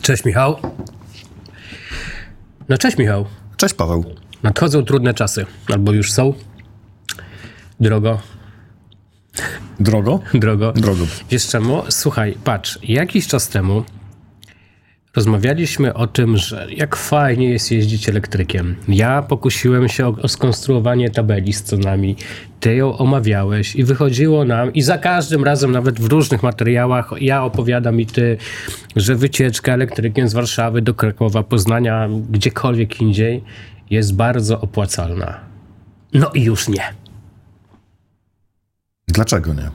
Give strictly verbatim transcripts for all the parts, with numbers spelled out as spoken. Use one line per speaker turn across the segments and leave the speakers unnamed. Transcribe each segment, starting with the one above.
Cześć Michał. No cześć Michał.
Cześć Paweł.
Nadchodzą trudne czasy, albo już są. Drogo.
Drogo?
Drogo.
Drogo.
Wiesz czemu? Słuchaj, patrz, jakiś czas temu rozmawialiśmy o tym, że jak fajnie jest jeździć elektrykiem. Ja pokusiłem się o, o skonstruowanie tabeli z cenami. Ty ją omawiałeś i wychodziło nam, i za każdym razem, nawet w różnych materiałach, ja opowiadam i ty, że wycieczka elektrykiem z Warszawy do Krakowa, Poznania, gdziekolwiek indziej jest bardzo opłacalna. No i już nie.
Dlaczego nie?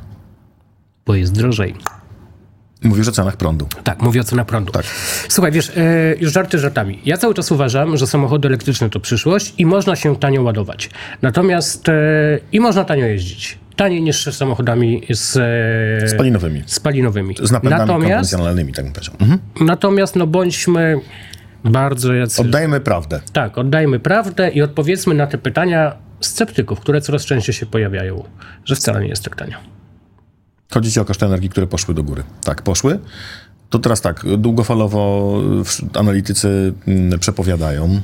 Bo jest drożej.
Mówisz o cenach prądu.
Tak, mówię o cenach prądu.
Tak.
Słuchaj, wiesz, yy, już żarty żartami. Ja cały czas uważam, że samochody elektryczne to przyszłość i można się tanio ładować. Natomiast yy, i można tanio jeździć. Taniej niż samochodami z, yy,
Spalinowymi.
spalinowymi.
Z napędami
natomiast,
konwencjonalnymi, tak bym powiedział. Mhm.
Natomiast no bądźmy bardzo jacy...
Oddajmy prawdę.
Tak, oddajmy prawdę i odpowiedzmy na te pytania sceptyków, które coraz częściej się pojawiają, że wcale nie jest tak tanio.
Chodzi ci o koszty energii, które poszły do góry. Tak, poszły. To teraz tak, długofalowo analitycy przepowiadają,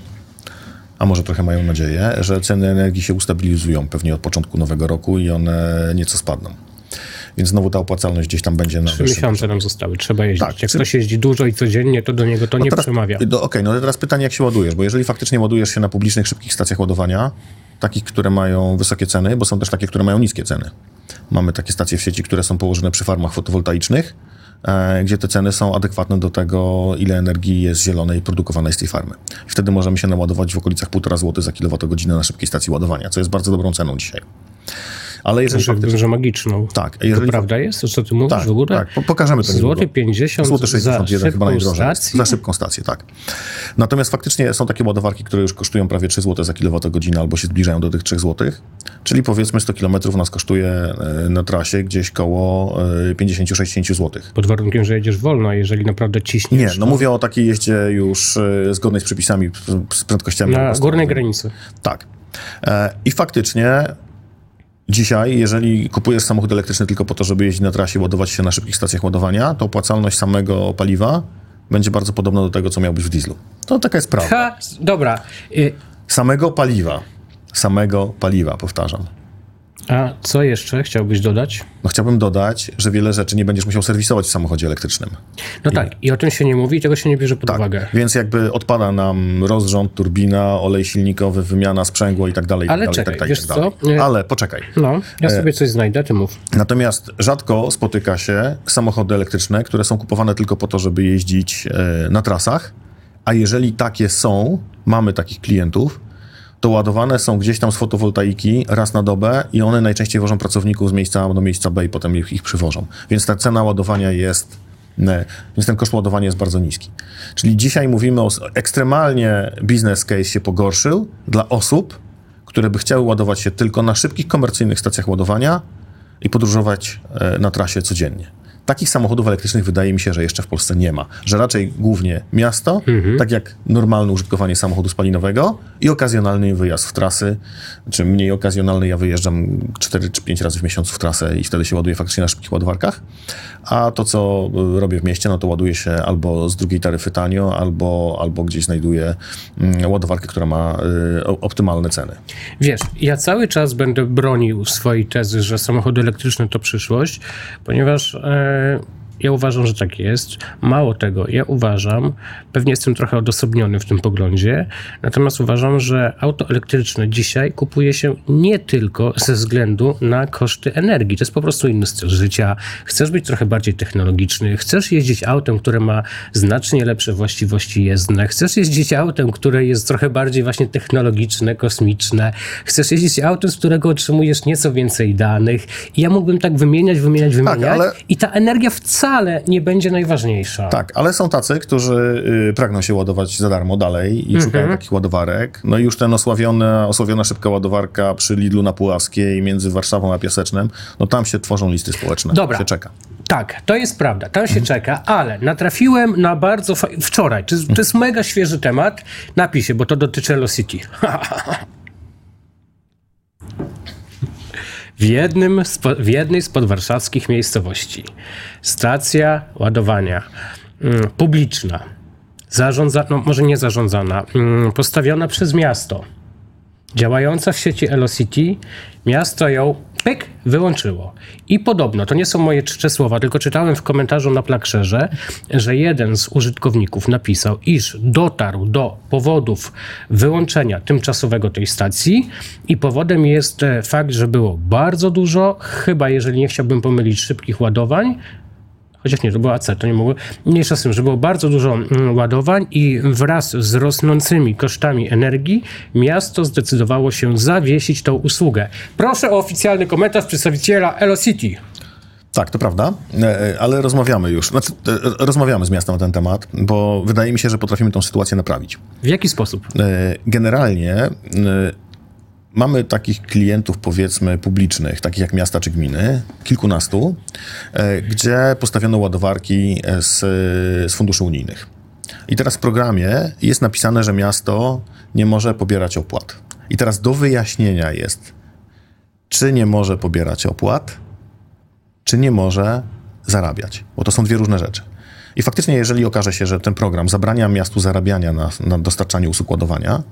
a może trochę mają nadzieję, że ceny energii się ustabilizują pewnie od początku nowego roku i one nieco spadną. Więc znowu ta opłacalność gdzieś tam będzie na
Trzy miesiące nam zostały, trzeba jeździć.
Tak.
Jak ktoś jeździ dużo i codziennie, to do niego to
no
nie
teraz,
przemawia.
Okej, okay, no teraz pytanie, jak się ładujesz, bo jeżeli faktycznie ładujesz się na publicznych, szybkich stacjach ładowania, takich, które mają wysokie ceny, bo są też takie, które mają niskie ceny. Mamy takie stacje w sieci, które są położone przy farmach fotowoltaicznych, e, gdzie te ceny są adekwatne do tego, ile energii jest zielonej produkowanej z tej farmy. I wtedy możemy się naładować w okolicach półtora złotego za kilowatogodzinę na szybkiej stacji ładowania, co jest bardzo dobrą ceną dzisiaj. Ale jeżeli
Że,
faktycznie...
że magiczną.
Tak.
To
Jeżeli...
prawda jest? To co ty mówisz
tak,
w ogóle?
Tak, pokażemy to.
Złoty pięćdziesiąt
Złoty sześćdziesiąt jeden
za
chyba najdrożej.
stację?
Za szybką stację, tak. Natomiast faktycznie są takie ładowarki, które już kosztują prawie trzy złote za kilowatogodzinę albo się zbliżają do tych trzech złotych. Czyli powiedzmy sto kilometrów nas kosztuje na trasie gdzieś koło pięćdziesiąt do sześćdziesięciu złotych.
Pod warunkiem, że jedziesz wolno, a jeżeli naprawdę ciśniesz...
Nie, no
to...
mówię o takiej jeździe już zgodnej z przepisami, z prędkościami.
Na górnej granicy.
Tak. I faktycznie dzisiaj, jeżeli kupujesz samochód elektryczny tylko po to, żeby jeździć na trasie, ładować się na szybkich stacjach ładowania, to opłacalność samego paliwa będzie bardzo podobna do tego, co miał być w dieslu. To taka jest prawda.
Ha, dobra. Y-
Samego paliwa. Samego paliwa, powtarzam.
A co jeszcze chciałbyś dodać?
No chciałbym dodać, że wiele rzeczy nie będziesz musiał serwisować w samochodzie elektrycznym.
No I... tak, i o tym się nie mówi, i tego się nie bierze pod
tak,
uwagę.
Więc jakby odpada nam rozrząd, turbina, olej silnikowy, wymiana sprzęgła i tak dalej.
Ale
tak
czekaj,
dalej,
wiesz
tak dalej.
co?
Ale poczekaj.
No, ja sobie coś znajdę, ty mów.
Natomiast rzadko spotyka się samochody elektryczne, które są kupowane tylko po to, żeby jeździć na trasach, a jeżeli takie są, mamy takich klientów, to ładowane są gdzieś tam z fotowoltaiki raz na dobę i one najczęściej wożą pracowników z miejsca A do miejsca B i potem ich, ich przywożą. Więc ta cena ładowania jest, nie, więc ten koszt ładowania jest bardzo niski. Czyli dzisiaj mówimy o ekstremalnie business case się pogorszył dla osób, które by chciały ładować się tylko na szybkich, komercyjnych stacjach ładowania i podróżować na trasie codziennie. Takich samochodów elektrycznych wydaje mi się, że jeszcze w Polsce nie ma. Że raczej głównie miasto, mhm. tak jak normalne użytkowanie samochodu spalinowego i okazjonalny wyjazd w trasy, czy mniej okazjonalny, ja wyjeżdżam cztery czy pięć razy w miesiącu w trasę i wtedy się ładuję faktycznie na szybkich ładowarkach, a to, co robię w mieście, no to ładuję się albo z drugiej taryfy tanio, albo, albo gdzieś znajduję ładowarkę, która ma y, optymalne ceny.
Wiesz, ja cały czas będę bronił swojej tezy, że samochody elektryczne to przyszłość, ponieważ e, ja uważam, że tak jest. Mało tego, ja uważam, pewnie jestem trochę odosobniony w tym poglądzie, natomiast uważam, że auto elektryczne dzisiaj kupuje się nie tylko ze względu na koszty energii. To jest po prostu inny styl życia. Chcesz być trochę bardziej technologiczny, chcesz jeździć autem, które ma znacznie lepsze właściwości jezdne, chcesz jeździć autem, które jest trochę bardziej właśnie technologiczne, kosmiczne, chcesz jeździć autem, z którego otrzymujesz nieco więcej danych. I ja mógłbym tak wymieniać, wymieniać, wymieniać
tak, ale...
i ta energia wcale ale nie będzie najważniejsza.
Tak, ale są tacy, którzy y, pragną się ładować za darmo dalej i mm-hmm. szukają takich ładowarek. No i już ten osławiony, osławiona szybka ładowarka przy Lidlu na Puławskiej między Warszawą a Piasecznem, no tam się tworzą listy społeczne.
Dobra.
Się czeka.
Tak, to jest prawda, tam się mm-hmm. czeka, ale natrafiłem na bardzo fa- wczoraj, to jest, to jest mega świeży temat, napij się, bo to dotyczy Velocity. W, jednym z, w jednej z podwarszawskich miejscowości stacja ładowania mm, publiczna, zarządzana, no może nie zarządzana, postawiona przez miasto, działająca w sieci Elocity, miasto ją pyk, wyłączyło. I podobno, to nie są moje czcze słowa, tylko czytałem w komentarzu na Plakrze, że jeden z użytkowników napisał, iż dotarł do powodów wyłączenia tymczasowego tej stacji i powodem jest fakt, że było bardzo dużo, chyba jeżeli nie chciałbym pomylić, szybkich ładowań, chociaż nie, to było A C, to nie mogło. Mniejsza z tym, że było bardzo dużo ładowań i wraz z rosnącymi kosztami energii miasto zdecydowało się zawiesić tą usługę. Proszę o oficjalny komentarz przedstawiciela Elocity.
Tak, to prawda, ale rozmawiamy już, znaczy rozmawiamy z miastem na ten temat, bo wydaje mi się, że potrafimy tę sytuację naprawić.
W jaki sposób?
Generalnie mamy takich klientów, powiedzmy, publicznych, takich jak miasta czy gminy, kilkunastu, gdzie postawiono ładowarki z, z funduszy unijnych. I teraz w programie jest napisane, że miasto nie może pobierać opłat. I teraz do wyjaśnienia jest, czy nie może pobierać opłat, czy nie może zarabiać, bo to są dwie różne rzeczy. I faktycznie, jeżeli okaże się, że ten program zabrania miastu zarabiania na, na dostarczanie usług ładowania,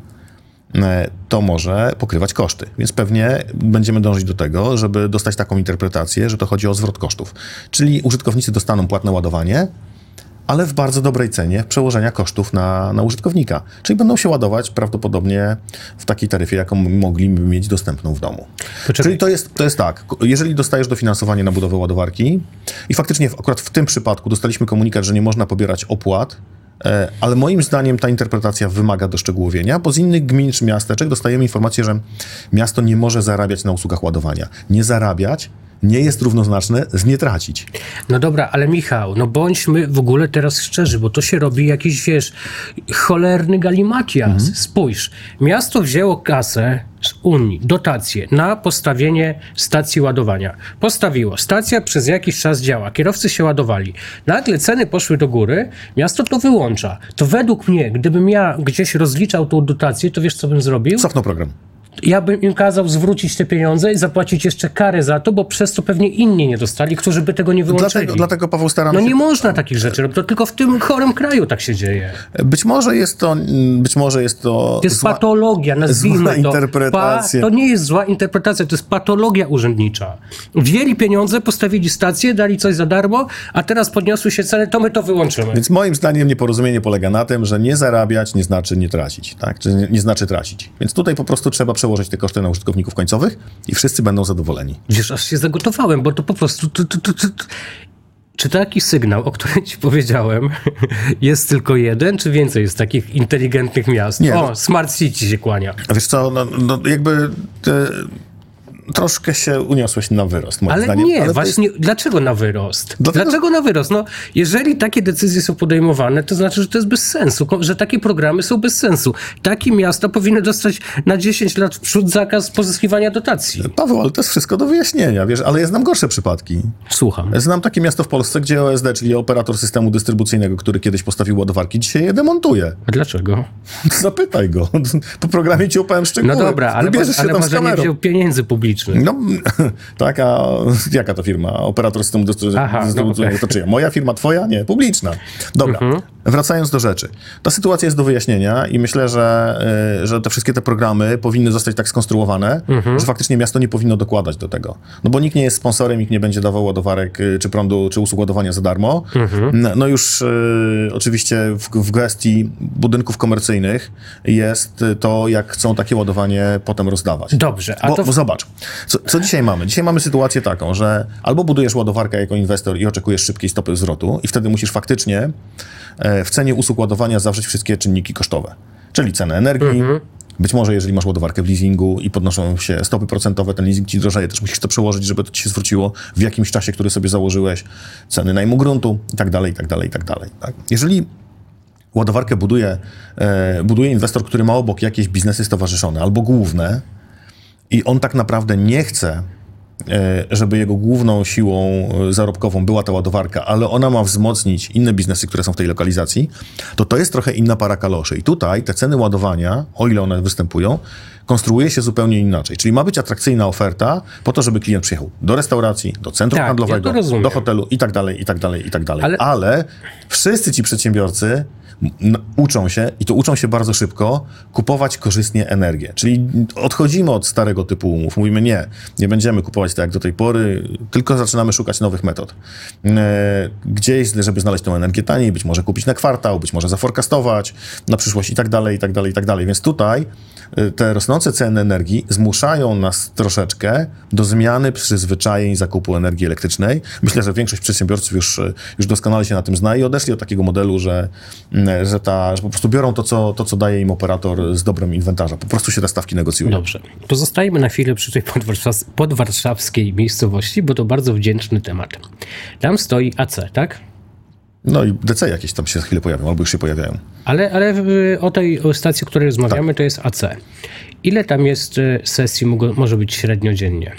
to może pokrywać koszty. Więc pewnie będziemy dążyć do tego, żeby dostać taką interpretację, że to chodzi o zwrot kosztów. Czyli użytkownicy dostaną płatne ładowanie, ale w bardzo dobrej cenie przełożenia kosztów na, na użytkownika. Czyli będą się ładować prawdopodobnie w takiej taryfie, jaką mogliby mieć dostępną w domu. Poczekaj. Czyli to jest, to jest tak, jeżeli dostajesz dofinansowanie na budowę ładowarki i faktycznie akurat w tym przypadku dostaliśmy komunikat, że nie można pobierać opłat, ale moim zdaniem ta interpretacja wymaga doszczegółowienia, bo z innych gmin czy miasteczek dostajemy informację, że miasto nie może zarabiać na usługach ładowania. Nie zarabiać nie jest równoznaczne z nie tracić.
No dobra, ale Michał, no bądźmy w ogóle teraz szczerzy, bo to się robi jakiś, wiesz, cholerny galimatias. Mhm. Spójrz, miasto wzięło kasę z Unii, dotacje na postawienie stacji ładowania. Postawiło. Stacja przez jakiś czas działa. Kierowcy się ładowali. Nagle ceny poszły do góry, miasto to wyłącza. To według mnie, gdybym ja gdzieś rozliczał tą dotację, to wiesz, co bym zrobił?
Cofnął program.
Ja bym im kazał zwrócić te pieniądze i zapłacić jeszcze karę za to, bo przez to pewnie inni nie dostali, którzy by tego nie wyłączyli.
Dlatego, dlatego Paweł, staram
no
się...
nie można takich rzeczy robić, to tylko w tym chorym kraju tak się dzieje.
Być może jest to... Być może jest to,
to jest
zła,
patologia, nazwijmy
zła
to.
interpretacja.
Pa, to nie jest zła interpretacja, to jest patologia urzędnicza. Wzięli pieniądze, postawili stację, dali coś za darmo, a teraz podniosły się ceny, to my to wyłączymy.
Więc moim zdaniem nieporozumienie polega na tym, że nie zarabiać nie znaczy nie tracić, tak? Czy nie, nie znaczy tracić. Więc tutaj po prostu trzeba przełożyć te koszty na użytkowników końcowych i wszyscy będą zadowoleni.
Wiesz, aż się zagotowałem, bo to po prostu... To, to, to, to, to. Czy taki sygnał, o którym ci powiedziałem, jest tylko jeden, czy więcej jest takich inteligentnych miast? Nie, o, no, Smart City się kłania.
Wiesz co, no, no jakby... Te... Troszkę się uniosłeś na wyrost, moim
ale
zdaniem.
Nie,
ale
właśnie,
jest...
dlaczego na wyrost?
Dlatego...
Dlaczego na wyrost? No, jeżeli takie decyzje są podejmowane, to znaczy, że to jest bez sensu, że takie programy są bez sensu. Takie miasta powinny dostać na dziesięć lat w przód zakaz pozyskiwania dotacji.
Paweł, ale to jest wszystko do wyjaśnienia, wiesz, ale ja znam gorsze przypadki.
Słucham.
Znam takie miasto w Polsce, gdzie O S D, czyli operator systemu dystrybucyjnego, który kiedyś postawił ładowarki, dzisiaj je demontuje.
A dlaczego?
Zapytaj go. Po programie ci opowiem szczegóły.
No dobra, ale, bo, ale może nie wziął pieniędzy publicznych.
No, tak, a jaka to firma? Operator systemu dystrybucyjnego, no okay. To czyja? Moja firma, twoja? Nie, publiczna. Dobra, mhm. Wracając do rzeczy. Ta sytuacja jest do wyjaśnienia i myślę, że, że te wszystkie te programy powinny zostać tak skonstruowane, mhm. że faktycznie miasto nie powinno dokładać do tego. No bo nikt nie jest sponsorem, nikt nie będzie dawał ładowarek, czy prądu, czy usług ładowania za darmo. Mhm. No, no już y, oczywiście w, w gestii budynków komercyjnych jest to, jak chcą takie ładowanie potem rozdawać.
Dobrze. A
bo,
to...
bo zobacz, co, co dzisiaj mamy? Dzisiaj mamy sytuację taką, że albo budujesz ładowarkę jako inwestor i oczekujesz szybkiej stopy zwrotu i wtedy musisz faktycznie w cenie usług ładowania zawrzeć wszystkie czynniki kosztowe, czyli cenę energii, mhm. być może jeżeli masz ładowarkę w leasingu i podnoszą się stopy procentowe, ten leasing ci drożeje, też musisz to przełożyć, żeby to ci się zwróciło w jakimś czasie, który sobie założyłeś, ceny najmu gruntu i tak dalej, i tak dalej, i tak dalej. Tak? Jeżeli ładowarkę buduje, e, buduje inwestor, który ma obok jakieś biznesy stowarzyszone albo główne i on tak naprawdę nie chce, żeby jego główną siłą zarobkową była ta ładowarka, ale ona ma wzmocnić inne biznesy, które są w tej lokalizacji, to to jest trochę inna para kaloszy. I tutaj te ceny ładowania, o ile one występują, konstruuje się zupełnie inaczej. Czyli ma być atrakcyjna oferta po to, żeby klient przyjechał do restauracji, do centrum
tak,
handlowego,
ja do
hotelu i tak dalej, i tak dalej, i tak dalej. Ale... Ale wszyscy ci przedsiębiorcy n- uczą się, i to uczą się bardzo szybko, kupować korzystnie energię. Czyli odchodzimy od starego typu umów. Mówimy nie, nie będziemy kupować tak jak do tej pory, tylko zaczynamy szukać nowych metod. E, gdzieś, żeby znaleźć tą energię taniej, być może kupić na kwartał, być może zaforecastować na przyszłość i tak dalej, i tak dalej, i tak dalej. Więc tutaj e, te rosnące ceny energii zmuszają nas troszeczkę do zmiany przyzwyczajeń zakupu energii elektrycznej. Myślę, że większość przedsiębiorców już, już doskonale się na tym zna i odeszli od takiego modelu, że, że, ta, że po prostu biorą to co, to, co daje im operator z dobrem inwentarza. Po prostu się te stawki negocjują.
Dobrze. Pozostajemy na chwilę przy tej podwarszaw- podwarszawskiej miejscowości, bo to bardzo wdzięczny temat. Tam stoi A C, tak?
No i D C jakieś tam się za chwilę pojawią, albo już się pojawiają.
Ale, ale o tej o stacji, o której rozmawiamy, tak. To jest A C. Ile tam jest sesji, może być średnio dziennie?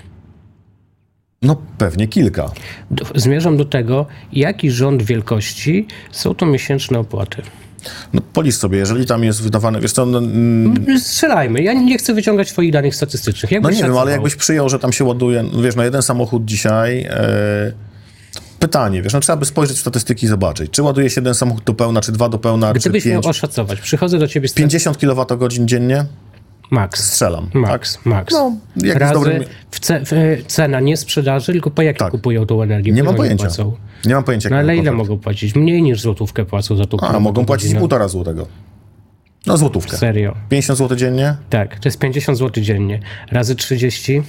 No pewnie kilka.
Do, zmierzam do tego, jaki rząd wielkości są to miesięczne opłaty.
No policz sobie, jeżeli tam jest wydawane, wiesz co... No, mm,
strzelajmy, ja nie chcę wyciągać twoich danych statystycznych.
Jakbyś no nie szacował? Wiem, ale jakbyś przyjął, że tam się ładuje, no wiesz, no jeden samochód dzisiaj... E, pytanie, wiesz, no trzeba by spojrzeć w statystyki i zobaczyć, czy ładuje się jeden samochód do pełna, czy dwa do pełna,
Gdybyś
czy pięć...
miał oszacować, przychodzę do ciebie... Z
pięćdziesiąt kilowatogodzin dziennie?
Max.
Strzelam.
Max,
tak.
max.
No, jak
Razy
dobrym...
w ce, w cena nie sprzedaży, tylko po jakie tak. kupują tą energię?
Nie mam pojęcia. Płacą? Nie mam pojęcia.
No ale ile mogą płacić? Mniej niż złotówkę płacą za tą
A, mogą płacić godzinę. Półtora złotego. No złotówkę.
Serio?
pięćdziesiąt złotych dziennie?
Tak, to jest pięćdziesiąt złotych dziennie. Razy trzydzieści?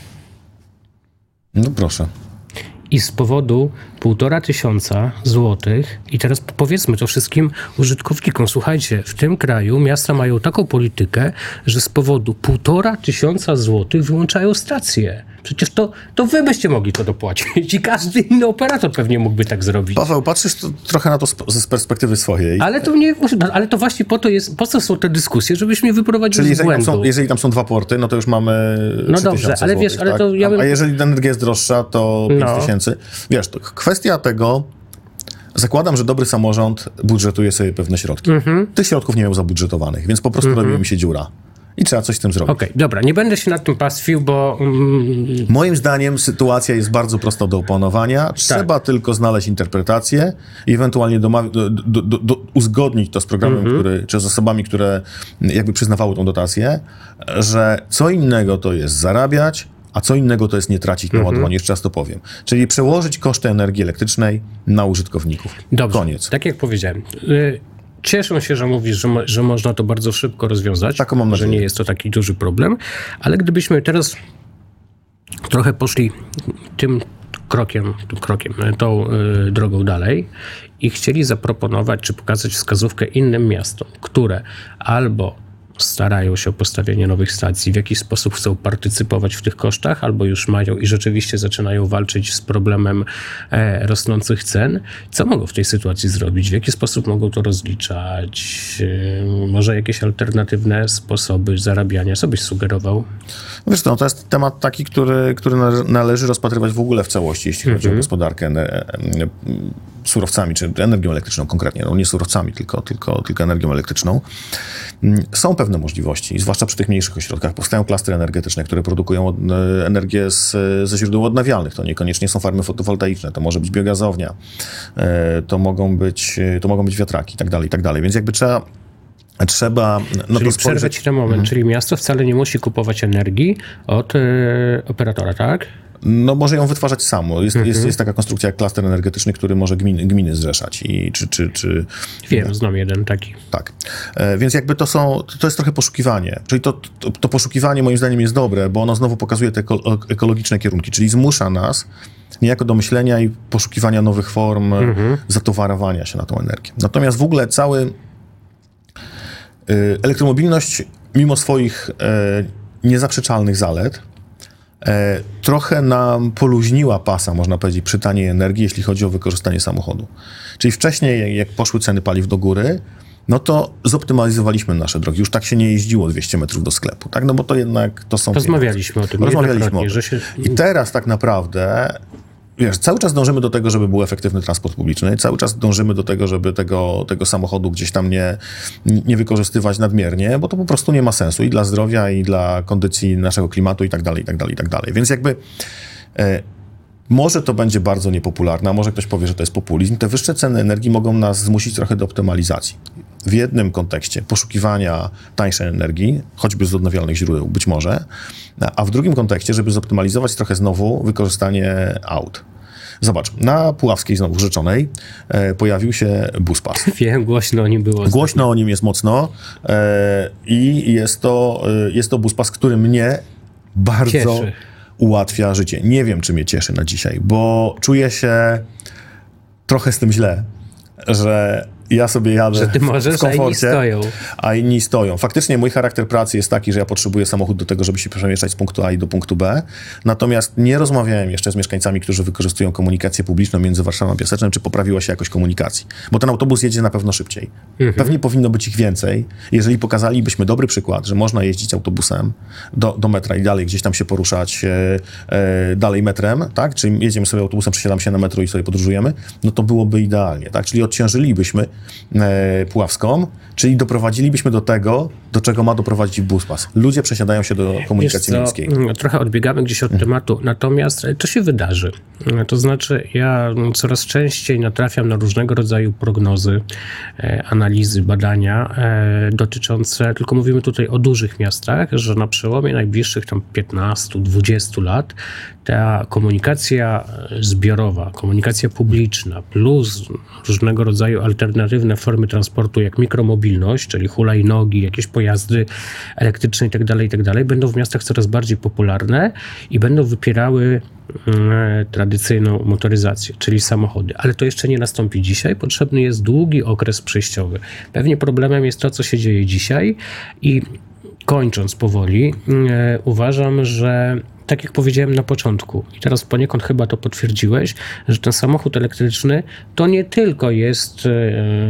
No proszę.
I z powodu półtora tysiąca złotych, i teraz powiedzmy to wszystkim użytkownikom, słuchajcie, w tym kraju miasta mają taką politykę, że z powodu półtora tysiąca złotych wyłączają stacje. Przecież to, to wy byście mogli to dopłacić i każdy inny operator pewnie mógłby tak zrobić.
Paweł, patrzysz to, trochę na to z, z perspektywy swojej.
Ale to nie, ale to właśnie po to jest, po co są te dyskusje, żebyś mnie wyprowadził
Czyli
z
jeżeli
błędu.
Tam są, jeżeli tam są dwa porty, no to już mamy
No dobrze, ale wiesz, ale
tak?
to ja bym...
A jeżeli energia jest droższa, to pięć tysięcy. Wiesz, to kwestia tego, zakładam, że dobry samorząd budżetuje sobie pewne środki. Mhm. Tych środków nie miał zabudżetowanych, więc po prostu mhm. robi mi się dziura. I trzeba coś z tym zrobić.
Okej, okay, dobra, nie będę się nad tym pastwił, bo... Mm...
Moim zdaniem sytuacja jest bardzo prosta do opanowania. Trzeba tak. tylko znaleźć interpretację i ewentualnie doma- do, do, do, do uzgodnić to z programem, mm-hmm. który, czy z osobami, które jakby przyznawały tą dotację, że co innego to jest zarabiać, a co innego to jest nie tracić na mm-hmm. ładowaniu, jeszcze raz to powiem. Czyli przełożyć koszty energii elektrycznej na użytkowników.
Dobrze,
koniec.
Tak jak powiedziałem. Y- Cieszę się, że mówisz, że, mo- że można to bardzo szybko rozwiązać,
Taką mam nadzieję.
że nie jest to taki duży problem, ale gdybyśmy teraz trochę poszli tym krokiem, tym krokiem tą y, drogą dalej i chcieli zaproponować, czy pokazać wskazówkę innym miastom, które albo starają się o postawienie nowych stacji, w jakiś sposób chcą partycypować w tych kosztach, albo już mają i rzeczywiście zaczynają walczyć z problemem e, rosnących cen. Co mogą w tej sytuacji zrobić? W jaki sposób mogą to rozliczać? E, może jakieś alternatywne sposoby zarabiania? Co byś sugerował?
Wiesz no, to jest temat taki, który, który należy rozpatrywać w ogóle w całości, jeśli chodzi mm-hmm. o gospodarkę e, e, surowcami, czy energią elektryczną konkretnie. No nie surowcami, tylko, tylko, tylko energią elektryczną. Są pewne możliwości, zwłaszcza przy tych mniejszych ośrodkach. Powstają klastry energetyczne, które produkują energię z, ze źródeł odnawialnych. To niekoniecznie są farmy fotowoltaiczne, to może być biogazownia, to mogą być, to mogą być wiatraki i tak dalej, i tak dalej. Więc jakby trzeba Trzeba no
czyli
to
przerwać
spojrzeć...
ten moment, mhm. czyli miasto wcale nie musi kupować energii od yy, operatora, tak?
No może ją wytwarzać samo. Jest, mhm. jest, jest taka konstrukcja jak klaster energetyczny, który może gminy, gminy zrzeszać. I, czy, czy, czy...
Wiem, znam jeden taki.
Tak. E, więc jakby to są, to jest trochę poszukiwanie. Czyli to, to, to poszukiwanie moim zdaniem jest dobre, bo ono znowu pokazuje te eko, ekologiczne kierunki, czyli zmusza nas niejako do myślenia i poszukiwania nowych form mhm. zatowarowania się na tą energię. Natomiast w ogóle cały elektromobilność, mimo swoich e, niezaprzeczalnych zalet, e, trochę nam poluźniła pasa, można powiedzieć, przy taniej energii, jeśli chodzi o wykorzystanie samochodu. Czyli wcześniej, jak poszły ceny paliw do góry, no to zoptymalizowaliśmy nasze drogi. Już tak się nie jeździło dwieście metrów do sklepu, tak? No bo to jednak to są...
Rozmawialiśmy o tym.
Rozmawialiśmy o tym.
Że się...
I teraz tak naprawdę... Wiesz, cały czas dążymy do tego, żeby był efektywny transport publiczny, cały czas dążymy do tego, żeby tego, tego samochodu gdzieś tam nie, nie wykorzystywać nadmiernie, bo to po prostu nie ma sensu i dla zdrowia, i dla kondycji naszego klimatu i tak dalej, i tak dalej, i tak dalej. Więc jakby e, może to będzie bardzo niepopularne, a może ktoś powie, że to jest populizm. Te wyższe ceny energii mogą nas zmusić trochę do optymalizacji. w jednym kontekście poszukiwania tańszej energii, choćby z odnawialnych źródeł, być może, a w drugim kontekście, żeby zoptymalizować trochę znowu wykorzystanie aut. Zobacz, na Puławskiej znowu Rzeczonej e, pojawił się BusPass.
Wiem, głośno o nim było.
Głośno
ostatnio.
o nim jest mocno e, i jest to, e, jest to BusPass, który mnie bardzo
Cieszy.
ułatwia życie. Nie wiem, czy mnie cieszy na dzisiaj, bo czuję się trochę z tym źle, że ja sobie jadę
Że ty możesz,
w komforcie,
a inni stoją.
a inni stoją. Faktycznie mój charakter pracy jest taki, że ja potrzebuję samochód do tego, żeby się przemieszczać z punktu A i do punktu B. Natomiast nie rozmawiałem jeszcze z mieszkańcami, którzy wykorzystują komunikację publiczną między Warszawą a Piasecznem, czy poprawiła się jakość komunikacji. Bo ten autobus jedzie na pewno szybciej. Mhm. Pewnie powinno być ich więcej. Jeżeli pokazalibyśmy dobry przykład, że można jeździć autobusem do, do metra i dalej gdzieś tam się poruszać e, e, dalej metrem, tak? Czyli jedziemy sobie autobusem, przesiadamy się na metro i sobie podróżujemy, no to byłoby idealnie, tak? Czyli odciążylibyśmy e, Puławską, czyli doprowadzilibyśmy do tego, do czego ma doprowadzić BusPass. Ludzie przesiadają się do komunikacji
Wiesz
miejskiej.
co, trochę odbiegamy gdzieś od tematu, natomiast to się wydarzy. To znaczy, ja coraz częściej natrafiam na różnego rodzaju prognozy, e, analizy, badania e, dotyczące, tylko mówimy tutaj o dużych miastach, że na przełomie najbliższych tam piętnastu dwudziestu lat ta komunikacja zbiorowa, komunikacja publiczna plus różnego rodzaju alternatywne formy transportu, jak mikromobilność, czyli hulajnogi, jakieś pojazdy elektryczne itd., itd., będą w miastach coraz bardziej popularne i będą wypierały e, tradycyjną motoryzację, czyli samochody. Ale to jeszcze nie nastąpi dzisiaj. Potrzebny jest długi okres przejściowy. Pewnie problemem jest to, co się dzieje dzisiaj i kończąc powoli, e, uważam, że tak jak powiedziałem na początku i teraz poniekąd chyba to potwierdziłeś, że ten samochód elektryczny to nie tylko jest e,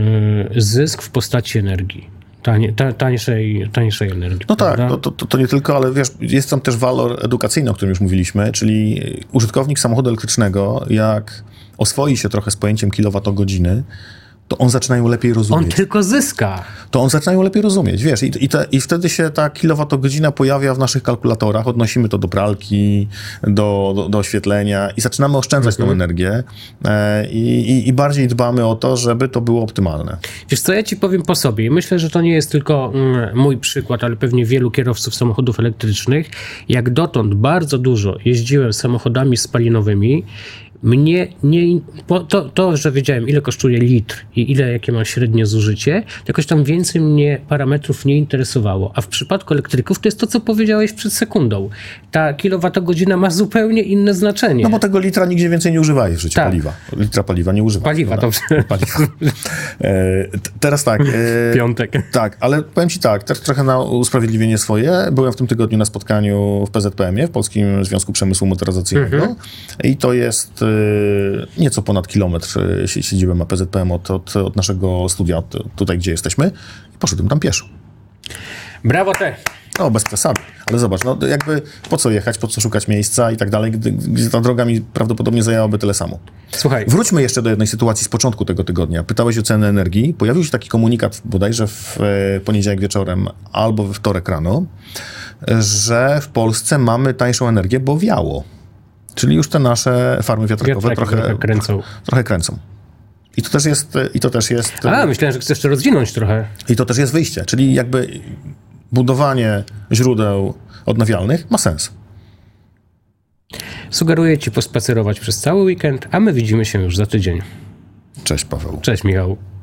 zysk w postaci energii. Tanie, ta, tańszej, tańszej energii.
No tak,
prawda?
to, to, to nie tylko, ale wiesz, jest tam też walor edukacyjny, o którym już mówiliśmy, czyli użytkownik samochodu elektrycznego, jak oswoi się trochę z pojęciem kilowatogodziny, to on zaczyna ją lepiej rozumieć.
On tylko zyska.
To on zaczyna ją lepiej rozumieć, wiesz, i, i, te, i wtedy się ta kilowatogodzina pojawia w naszych kalkulatorach, odnosimy to do pralki, do, do, do oświetlenia i zaczynamy oszczędzać mhm. tą energię e, i, i bardziej dbamy o to, żeby to było optymalne.
Wiesz co, ja ci powiem po sobie i myślę, że to nie jest tylko mm, mój przykład, ale pewnie wielu kierowców samochodów elektrycznych. Jak dotąd bardzo dużo jeździłem samochodami spalinowymi, mnie nie, to, to, że wiedziałem, ile kosztuje litr i ile, jakie ma średnie zużycie, to jakoś tam więcej mnie parametrów nie interesowało. A w przypadku elektryków to jest to, co powiedziałeś przed sekundą. Ta kilowatogodzina ma zupełnie inne znaczenie.
No bo tego litra nigdzie więcej nie używaj w życiu
tak.
paliwa. Litra paliwa nie używaj.
Paliwa, dobrze.
Paliwa. E, t- teraz tak. E,
Piątek.
Tak, ale powiem ci tak, też trochę na usprawiedliwienie swoje. Byłem w tym tygodniu na spotkaniu w P Z P M ie, w Polskim Związku Przemysłu Motoryzacyjnego mhm. i to jest nieco ponad kilometr siedziłem na P Z P M od, od, od naszego studia, od, tutaj gdzie jesteśmy i poszedłem tam pieszo.
Brawo te!
No, bez przesady. Ale zobacz, no jakby po co jechać, po co szukać miejsca i tak dalej, gdy, gdy ta droga mi prawdopodobnie zajęłaby tyle samo.
Słuchaj.
Wróćmy jeszcze do jednej sytuacji z początku tego tygodnia. Pytałeś o cenę energii. Pojawił się taki komunikat bodajże w poniedziałek wieczorem albo we wtorek rano, że w Polsce mamy tańszą energię, bo wiało. Czyli już te nasze farmy wiatrakowe trochę,
trochę kręcą.
Trochę kręcą. I to też jest... I to też jest
A, myślałem, że chcesz to rozwinąć trochę.
I to też jest wyjście. Czyli jakby budowanie źródeł odnawialnych ma sens.
Sugeruję ci pospacerować przez cały weekend, a my widzimy się już za tydzień.
Cześć, Paweł.
Cześć, Michał.